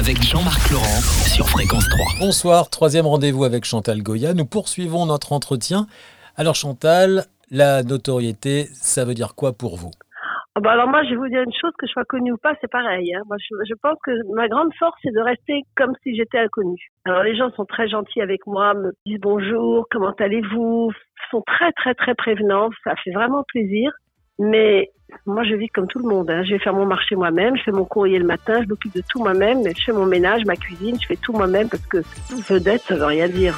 avec Jean-Marc Laurent sur Fréquence 3. Bonsoir, troisième rendez-vous avec Chantal Goya. Nous poursuivons notre entretien. Alors Chantal, la notoriété, ça veut dire quoi pour vous ? Alors moi, je vais vous dire une chose, que je sois connue ou pas, c'est pareil. Moi, je pense que ma grande force, c'est de rester comme si j'étais inconnue. Alors les gens sont très gentils avec moi, me disent bonjour, comment allez-vous, sont très très très prévenants, ça fait vraiment plaisir. Mais moi, je vis comme tout le monde. Je vais faire mon marché moi-même, je fais mon courrier le matin, je m'occupe de tout moi-même, je fais mon ménage, ma cuisine, je fais tout moi-même parce que vedette, ça veut rien dire.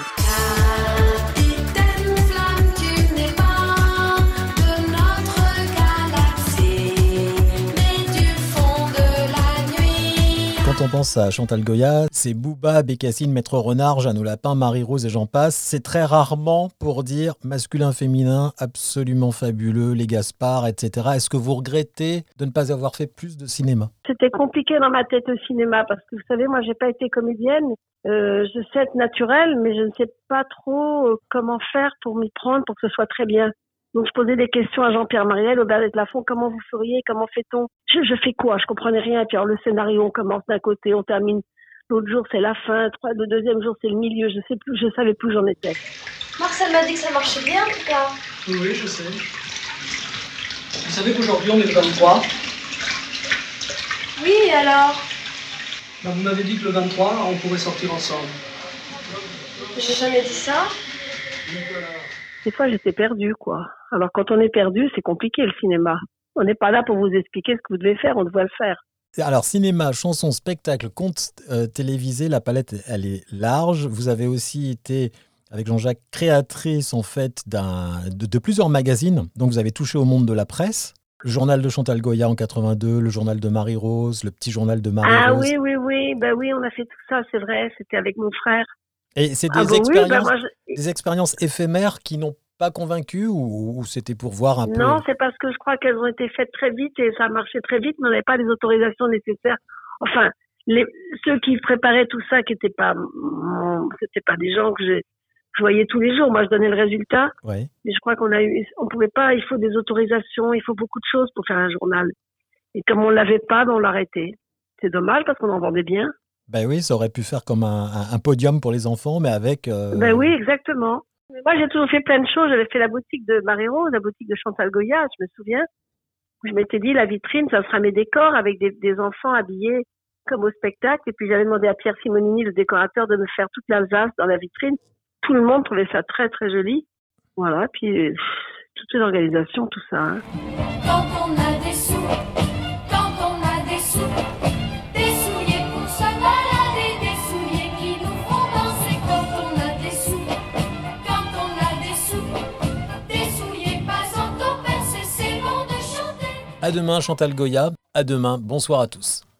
Quand on pense à Chantal Goya, c'est Booba, Bécassine, Maître Renard, Jeannot Lapin, Marie-Rose et j'en passe. C'est très rarement pour dire masculin, féminin, absolument fabuleux, les Gaspard, etc. Est-ce que vous regrettez de ne pas avoir fait plus de cinéma ? C'était compliqué dans ma tête au cinéma parce que vous savez, moi, j'ai pas été comédienne. Je sais être naturelle, mais je ne sais pas trop comment faire pour m'y prendre pour que ce soit très bien. Donc, je posais des questions à Jean-Pierre Mariel, au Bernadette Lafont, comment vous feriez, comment fait-on ? Je fais quoi ? Je comprenais rien. Et puis, alors, le scénario, on commence d'un côté, on termine. L'autre jour, c'est la fin. Le deuxième jour, c'est le milieu. Je sais plus, je savais plus où j'en étais. Marcel m'a dit que ça marchait bien, en tout cas. Oui, je sais. Vous savez qu'aujourd'hui, on est le 23 ? Oui, et alors ? Vous m'avez dit que le 23, on pourrait sortir ensemble. J'ai jamais dit ça. Des fois, j'étais perdue, quoi. Alors, quand on est perdu, c'est compliqué, le cinéma. On n'est pas là pour vous expliquer ce que vous devez faire, on doit le faire. Alors, cinéma, chanson, spectacle, conte télévisé, la palette, elle est large. Vous avez aussi été, avec Jean-Jacques, créatrice, en fait, de plusieurs magazines. Donc, vous avez touché au monde de la presse. Le journal de Chantal Goya en 82, le journal de Marie-Rose, le petit journal de Marie-Rose. Ah oui. Ben oui, on a fait tout ça, c'est vrai. C'était avec mon frère. Et c'est des expériences éphémères qui n'ont pas convaincu ou c'était pour voir un peu ? Non, c'est parce que je crois qu'elles ont été faites très vite et ça marchait très vite, mais on n'avait pas les autorisations nécessaires. Enfin, ceux qui préparaient tout ça, c'était pas des gens que je voyais tous les jours. Moi, je donnais le résultat. Ouais. Mais je crois on pouvait pas, il faut des autorisations, il faut beaucoup de choses pour faire un journal. Et comme on l'avait pas, on l'a arrêté. C'est dommage parce qu'on en vendait bien. Ben oui, ça aurait pu faire comme un podium pour les enfants, mais avec... Ben oui, exactement. Moi, j'ai toujours fait plein de choses. J'avais fait la boutique de Marie-Rose, la boutique de Chantal Goya, je me souviens. Je m'étais dit, la vitrine, ça sera mes décors avec des enfants habillés comme au spectacle. Et puis, j'avais demandé à Pierre Simonini, le décorateur, de me faire toute l'Alsace dans la vitrine. Tout le monde trouvait ça très, très joli. Voilà. Puis, toute une organisation, tout ça. Hein. Quand on a des sous, des souliers pour se balader, des souliers qui nous font danser. Quand on a des sous, des souliers pas en percés, c'est bon de chanter. À demain, Chantal Goya. À demain. Bonsoir à tous.